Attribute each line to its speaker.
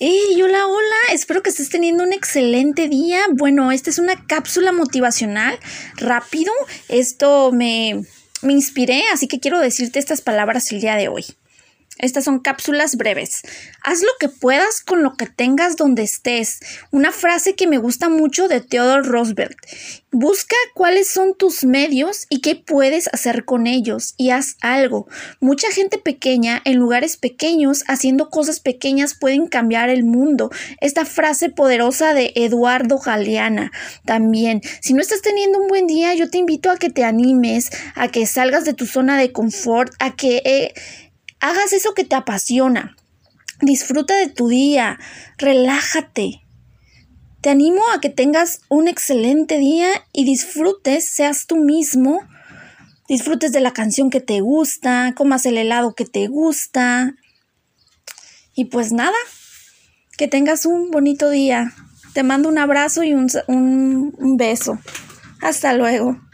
Speaker 1: Hey, hola, hola, espero que estés teniendo un excelente día. Bueno, esta es una cápsula motivacional rápido. Me inspiré, así que quiero decirte estas palabras el día de hoy. Estas son cápsulas breves. Haz lo que puedas con lo que tengas donde estés. Una frase que me gusta mucho de Theodore Roosevelt. Busca cuáles son tus medios y qué puedes hacer con ellos y haz algo. Mucha gente pequeña en lugares pequeños haciendo cosas pequeñas pueden cambiar el mundo. Esta frase poderosa de Eduardo Galeana. También, si no estás teniendo un buen día, yo te invito a que te animes, a que salgas de tu zona de confort, a que hagas eso que te apasiona. Disfruta de tu día. Relájate. Te animo a que tengas un excelente día y disfrutes, seas tú mismo. Disfrutes de la canción que te gusta, comas el helado que te gusta. Y pues nada, que tengas un bonito día. Te mando un abrazo y un beso. Hasta luego.